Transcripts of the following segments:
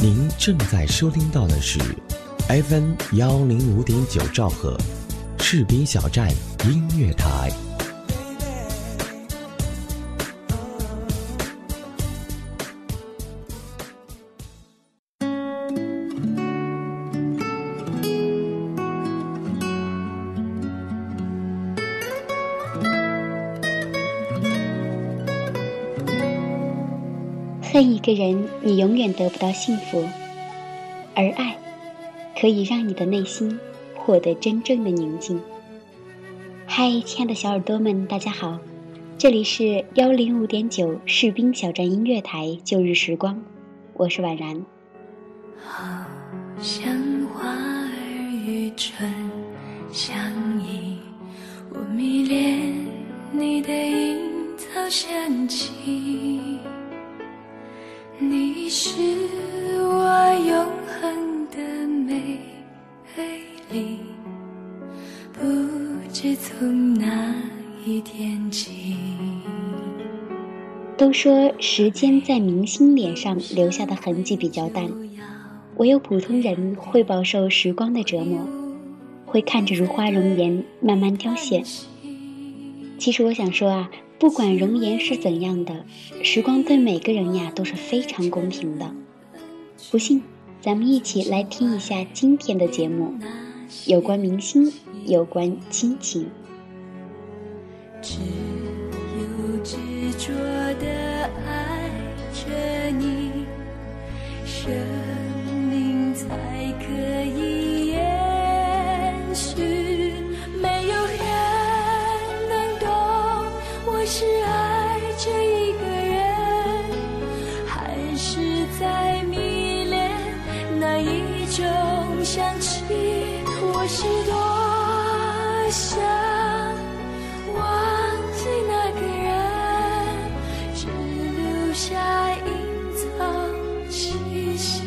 您正在收听到的是 FM 105.9兆赫士兵小站音乐台。 恨一个人，你永远得不到幸福，而爱可以让你的内心获得真正的宁静。嗨，亲爱的小耳朵们，大家好，这里是105.9士兵小站音乐台旧日时光，我是婉然。 好像花儿与春相依，我迷恋你的樱桃香气，你是我永恒的美丽，不知从哪一天起。 都说时间在明星脸上留下的痕迹比较淡，唯有普通人会饱受时光的折磨，会看着如花容颜慢慢凋谢。其实我想说啊，不管容颜是怎样的，时光对每个人呀都是非常公平的。不信，咱们一起来听一下今天的节目，有关明星，有关亲情。 只有执着地爱着你，生命才可以延续。没有人能懂我是爱这一个人，还是在迷恋那一种香气。我是多想忘记那个人，只留下隐藏气息。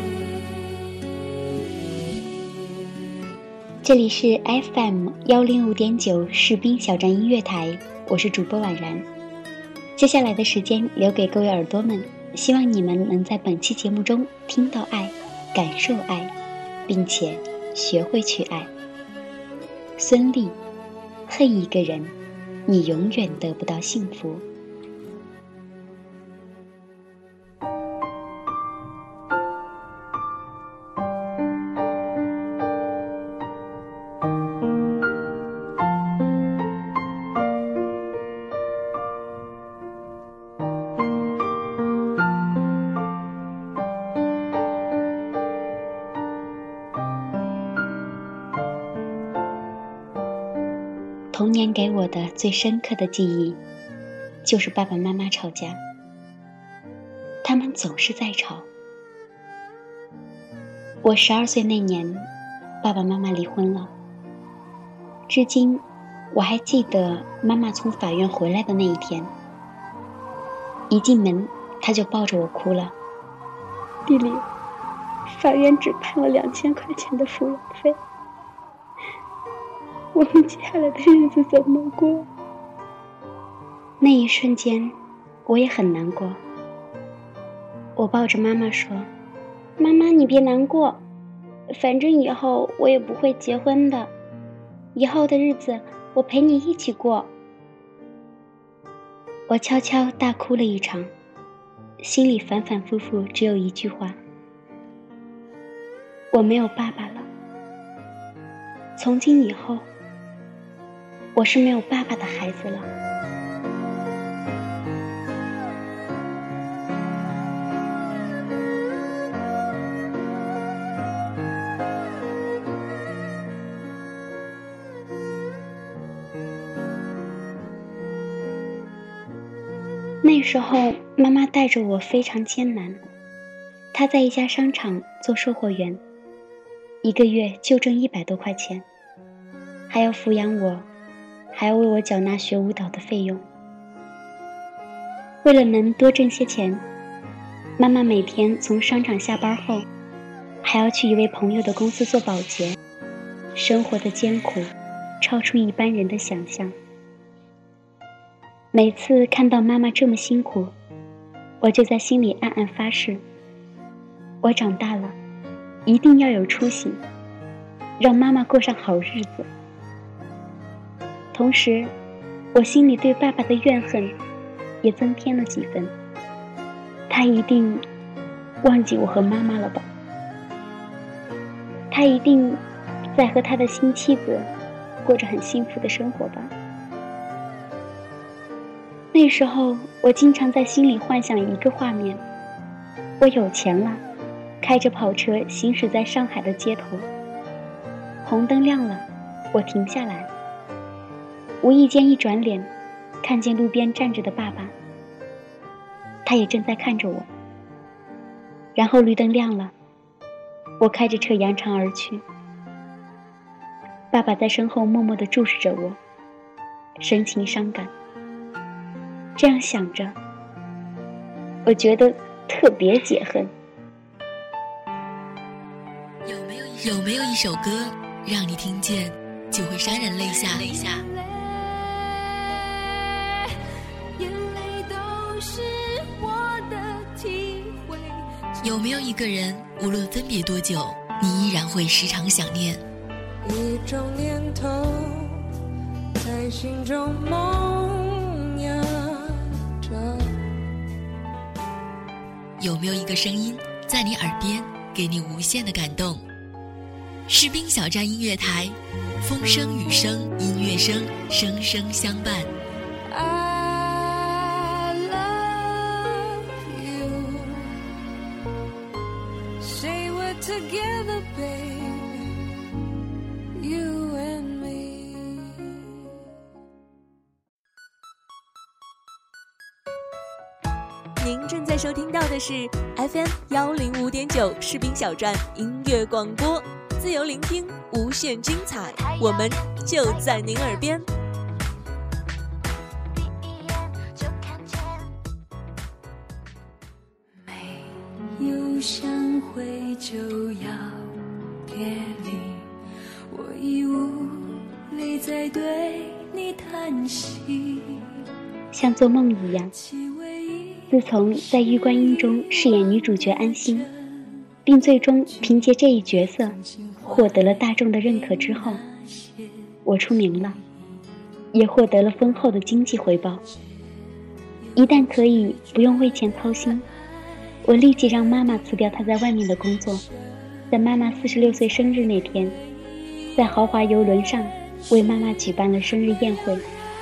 这里是 FM 105.9士兵小站音乐台，我是主播婉然。接下来的时间留给各位耳朵们，希望你们能在本期节目中听到爱，感受爱，并且学会去爱。孙俪，恨一个人，你永远得不到幸福。童年给我的最深刻的记忆，就是爸爸妈妈吵架。他们总是在吵。我12岁那年，爸爸妈妈离婚了。至今，我还记得妈妈从法院回来的那一天。一进门，她就抱着我哭了。弟弟，法院只判了2000块钱的抚养费。我们接下来的日子怎么过？那一瞬间，我也很难过。我抱着妈妈说：“妈妈，你别难过，反正以后我也不会结婚的，以后的日子我陪你一起过。”我悄悄大哭了一场，心里反反复复只有一句话：我没有爸爸了。从今以后，我是没有爸爸的孩子了。那时候妈妈带着我非常艰难，她在一家商场做售货员，一个月就挣100多块钱，还要抚养我，还要为我缴纳学舞蹈的费用。为了能多挣些钱，妈妈每天从商场下班后，还要去一位朋友的公司做保洁，生活的艰苦超出一般人的想象。每次看到妈妈这么辛苦，我就在心里暗暗发誓， 我长大了，一定要有出息，让妈妈过上好日子。同时，我心里对爸爸的怨恨也增添了几分。他一定忘记我和妈妈了吧？他一定在和他的新妻子过着很幸福的生活吧？那时候，我经常在心里幻想一个画面：我有钱了，开着跑车行驶在上海的街头，红灯亮了，我停下来，无意间一转脸，看见路边站着的爸爸，他也正在看着我。然后绿灯亮了，我开着车扬长而去，爸爸在身后默默地注视着我，神情伤感。这样想着，我觉得特别解恨。 有没有一首歌让你听见就会潸然泪下？ 眼泪都是我的体会。 有没有一个人，无论分别多久，你依然会时常想念？ 一种念头在心中萌芽着。 有没有一个声音在你耳边，给你无限的感动？士兵小站音乐台，风声雨声音乐声，声声相伴。 I love you. Say we're together, baby. You and me. 您正在收听到的是 FM105.9士兵小站音乐广播，自由聆听，无限精彩，我们就在您耳边。 没有相会就要别离，我已无力再对你叹息。 像做梦一样，自从在《玉观音》中饰演女主角安心，并最终凭借这一角色获得了大众的认可之后，我出名了，也获得了丰厚的经济回报。一旦可以不用为钱操心，我立即让妈妈辞掉她在外面的工作，在妈妈46岁生日那天，在豪华游轮上为妈妈举办了生日宴会。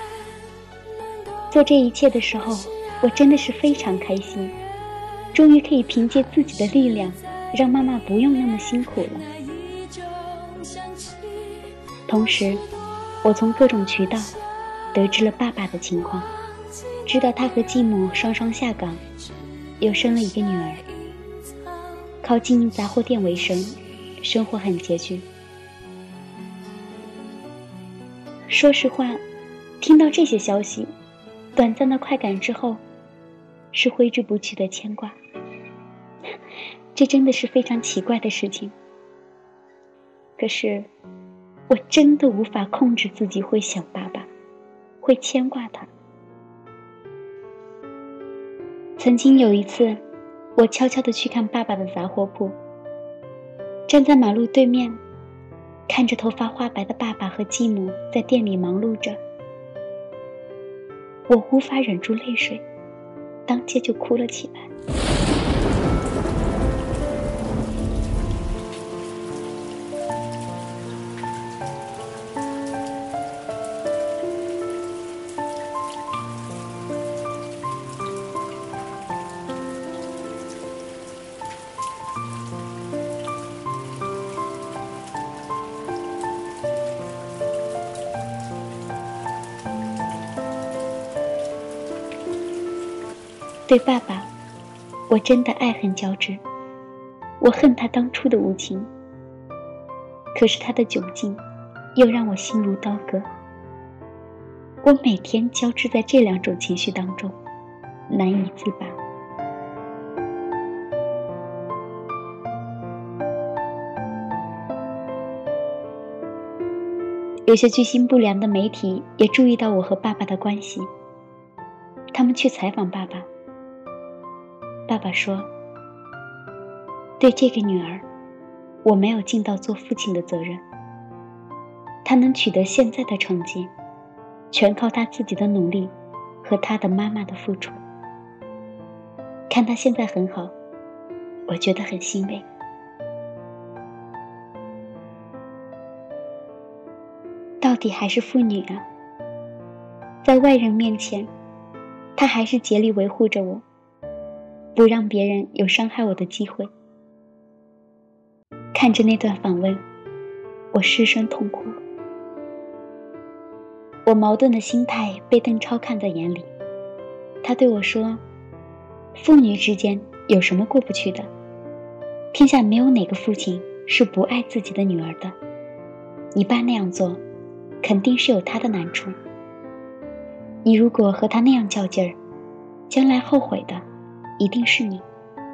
做这一切的时候，我真的是非常开心，终于可以凭借自己的力量让妈妈不用那么辛苦了。同时，我从各种渠道得知了爸爸的情况，知道他和继母双双下岗，又生了一个女儿，靠经营杂货店为生，生活很拮据。说实话，听到这些消息，短暂的快感之后，是挥之不去的牵挂。这真的是非常奇怪的事情。可是，我真的无法控制自己会想爸爸，会牵挂他。曾经有一次，我悄悄地去看爸爸的杂货铺，站在马路对面，看着头发花白的爸爸和继母在店里忙碌着，我无法忍住泪水，当街就哭了起来。对爸爸，我真的爱恨交织。我恨他当初的无情，可是他的窘境又让我心如刀割。我每天交织在这两种情绪当中，难以自拔。有些居心不良的媒体也注意到我和爸爸的关系，他们去采访爸爸。爸爸说， 对这个女儿，我没有尽到做父亲的责任。她能取得现在的成绩，全靠她自己的努力和她的妈妈的付出。看她现在很好，我觉得很欣慰。到底还是父女啊，在外人面前，她还是竭力维护着我，不让别人有伤害我的机会。看着那段访问，我失声痛哭。我矛盾的心态被邓超看在眼里，他对我说，父女之间有什么过不去的？天下没有哪个父亲是不爱自己的女儿的，你爸那样做肯定是有他的难处，你如果和他那样较劲儿，将来后悔的一定是你。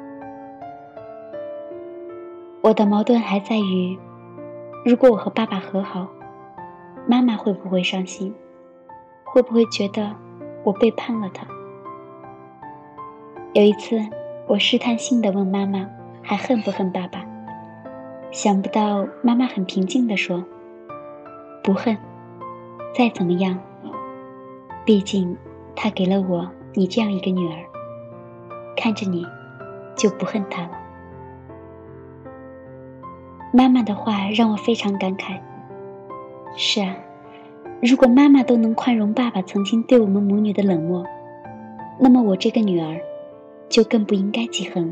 我的矛盾还在于，如果我和爸爸和好，妈妈会不会伤心？会不会觉得我背叛了她？有一次，我试探性地问妈妈还恨不恨爸爸，想不到妈妈很平静地说，不恨，再怎么样，毕竟他给了我你这样一个女儿，看着你就不恨他了。妈妈的话让我非常感慨。是啊，如果妈妈都能宽容爸爸曾经对我们母女的冷漠，那么我这个女儿就更不应该记恨了。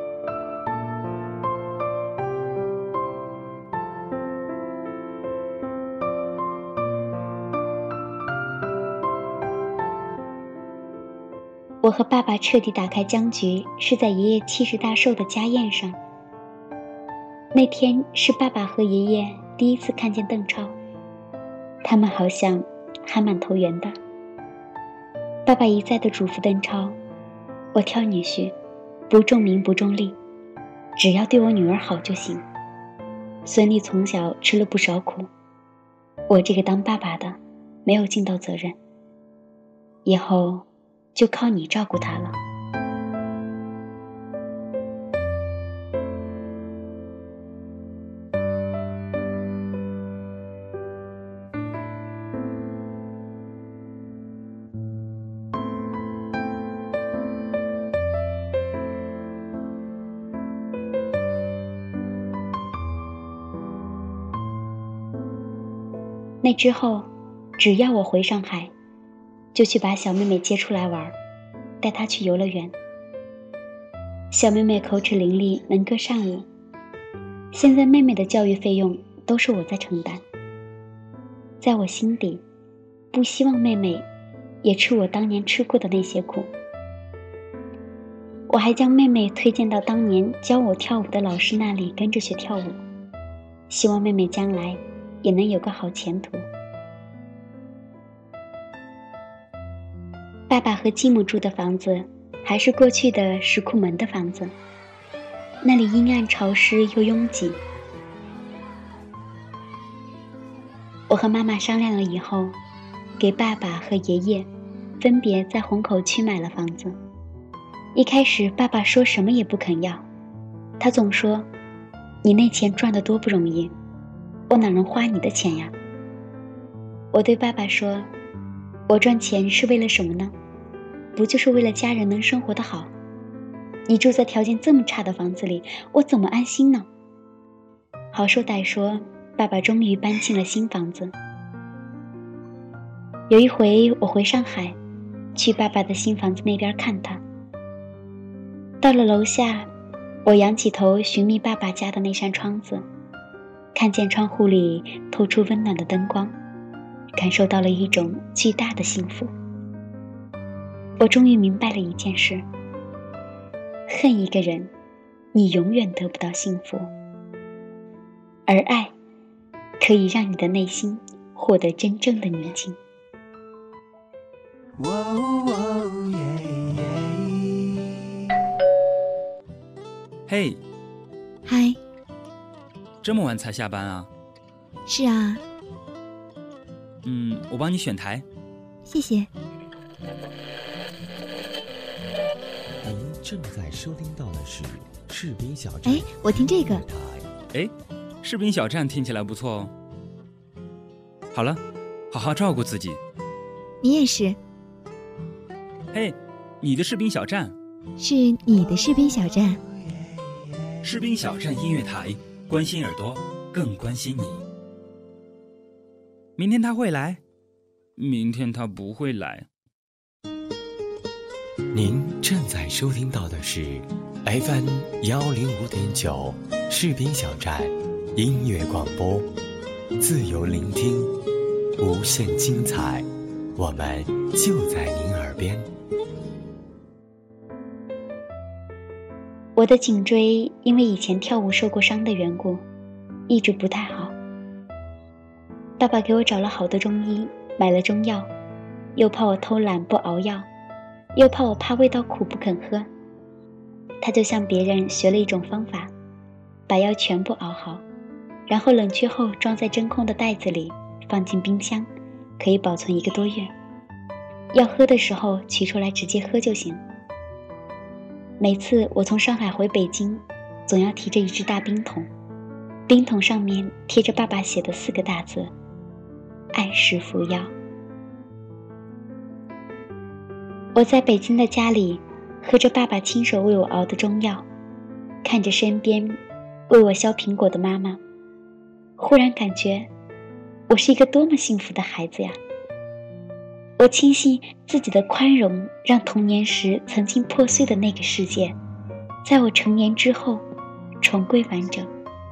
我和爸爸彻底打开僵局是在爷爷70大寿的家宴上。那天是爸爸和爷爷第一次看见邓超，他们好像还蛮投缘的。爸爸一再地嘱咐邓超，我挑女婿，不重名不重利，只要对我女儿好就行。孙俪从小吃了不少苦，我这个当爸爸的没有尽到责任，以后就靠你照顾她了。那之后，只要我回上海，就去把小妹妹接出来玩，带她去游乐园。小妹妹口齿伶俐，能歌善舞，现在妹妹的教育费用都是我在承担。在我心底，不希望妹妹也吃我当年吃过的那些苦。我还将妹妹推荐到当年教我跳舞的老师那里跟着学跳舞，希望妹妹将来也能有个好前途。爸爸和继母住的房子还是过去的石库门的房子，那里阴暗潮湿又拥挤。我和妈妈商量了以后，给爸爸和爷爷分别在虹口区买了房子。一开始爸爸说什么也不肯要，他总说，你那钱赚得多不容易，我哪能花你的钱呀？我对爸爸说，我赚钱是为了什么呢？不就是为了家人能生活得好？你住在条件这么差的房子里，我怎么安心呢？好说歹说，爸爸终于搬进了新房子。有一回我回上海，去爸爸的新房子那边看他。到了楼下，我仰起头寻觅爸爸家的那扇窗子，看见窗户里透出温暖的灯光，感受到了一种巨大的幸福。我终于明白了一件事，恨一个人，你永远得不到幸福，而爱可以让你的内心获得真正的宁静。 嘿， 嗨， 这么晚才下班啊？ 是啊。 我帮你选台。 谢谢。 正在收听到的是士兵小站。 哎，我听这个。 哎，士兵小站听起来不错哦。好了，好好照顾自己。 你也是。 嘿，你的士兵小站。 是你的士兵小站。 士兵小站音乐台，关心耳朵，更关心你。明天他会来，明天他不会来。 您正在收听到的是 FM 105.9士兵小站音乐广播，自由聆听，无限精彩，我们就在您耳边。 我的颈椎因为以前跳舞受过伤的缘故，一直不太好。爸爸给我找了好多中医，买了中药，又怕我偷懒不熬药，又怕我怕味道苦不肯喝。他就向别人学了一种方法，把药全部熬好，然后冷却后装在真空的袋子里，放进冰箱，可以保存1个多月。要喝的时候取出来直接喝就行。每次我从上海回北京，总要提着一只大冰桶，冰桶上面贴着爸爸写的4个大字：按时服药。我在北京的家里，喝着爸爸亲手为我熬的中药，看着身边为我削苹果的妈妈，忽然感觉我是一个多么幸福的孩子呀！我庆幸自己的宽容，让童年时曾经破碎的那个世界，在我成年之后重归完整。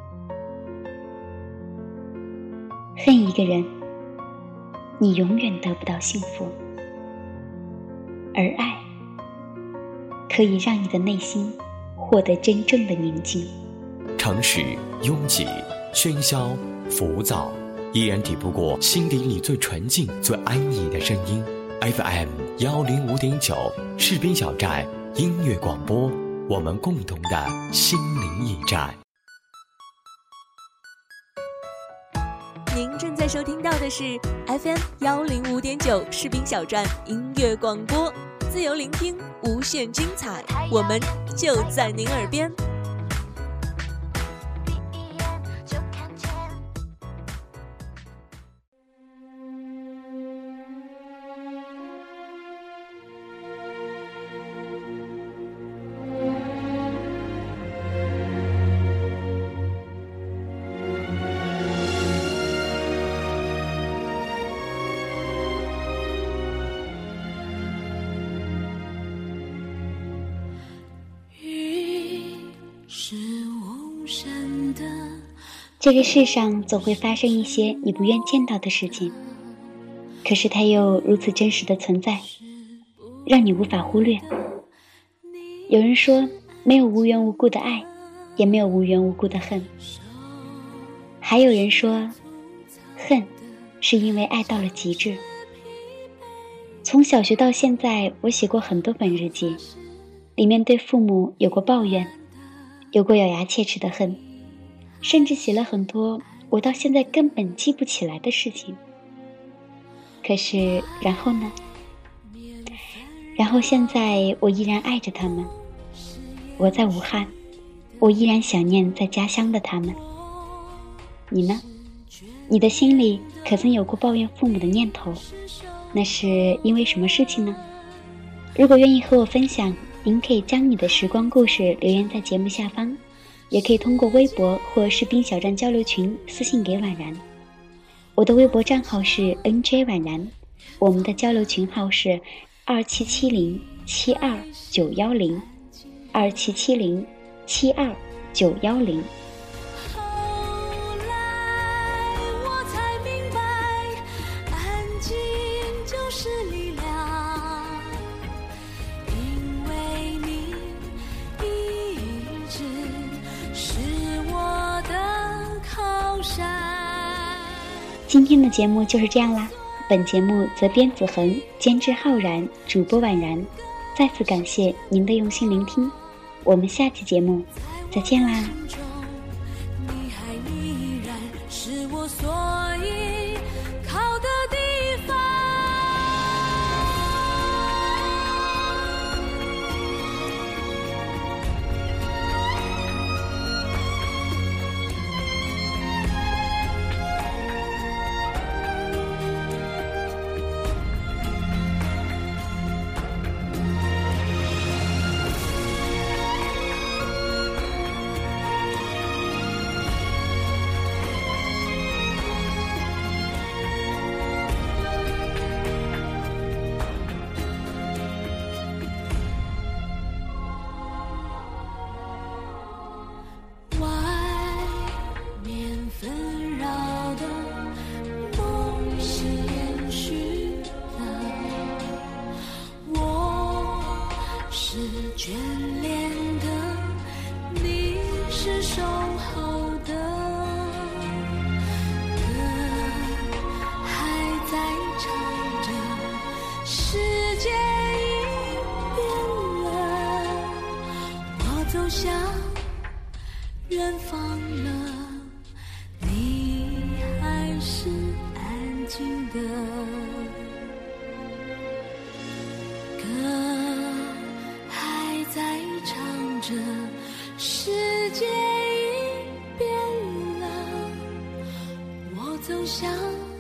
恨一个人，你永远得不到幸福，而爱可以让你的内心获得真正的宁静。 城市拥挤、喧嚣、浮躁，依然抵不过心底里最纯净、最安逸的声音。FM 105.9士兵小站音乐广播，我们共同的心灵驿站。 您正在收听到的是 FM 105.9士兵小站音乐广播，自由聆听，无限精彩，我们就在您耳边。 这个世上总会发生一些你不愿见到的事情，可是它又如此真实的存在，让你无法忽略。有人说，没有无缘无故的爱，也没有无缘无故的恨。还有人说，恨是因为爱到了极致。从小学到现在，我写过很多本日记，里面对父母有过抱怨，有过咬牙切齿的恨，甚至写了很多我到现在根本记不起来的事情。可是然后呢？然后现在我依然爱着他们。我在武汉，我依然想念在家乡的他们。你呢？你的心里可曾有过抱怨父母的念头？那是因为什么事情呢？如果愿意和我分享，您可以将你的时光故事留言在节目下方，也可以通过微博或士兵小站交流群私信给婉然。我的微博账号是 NJ 婉然，我们的交流群号是2770-72910 2770-72910。今天的节目就是这样啦，本节目责编子恒，监制浩然，主播婉然。再次感谢您的用心聆听，我们下期节目再见啦。 你还依然是我所依靠的地方。 走向远方了，你还是安静的，歌还在唱着，世界已变了，我走向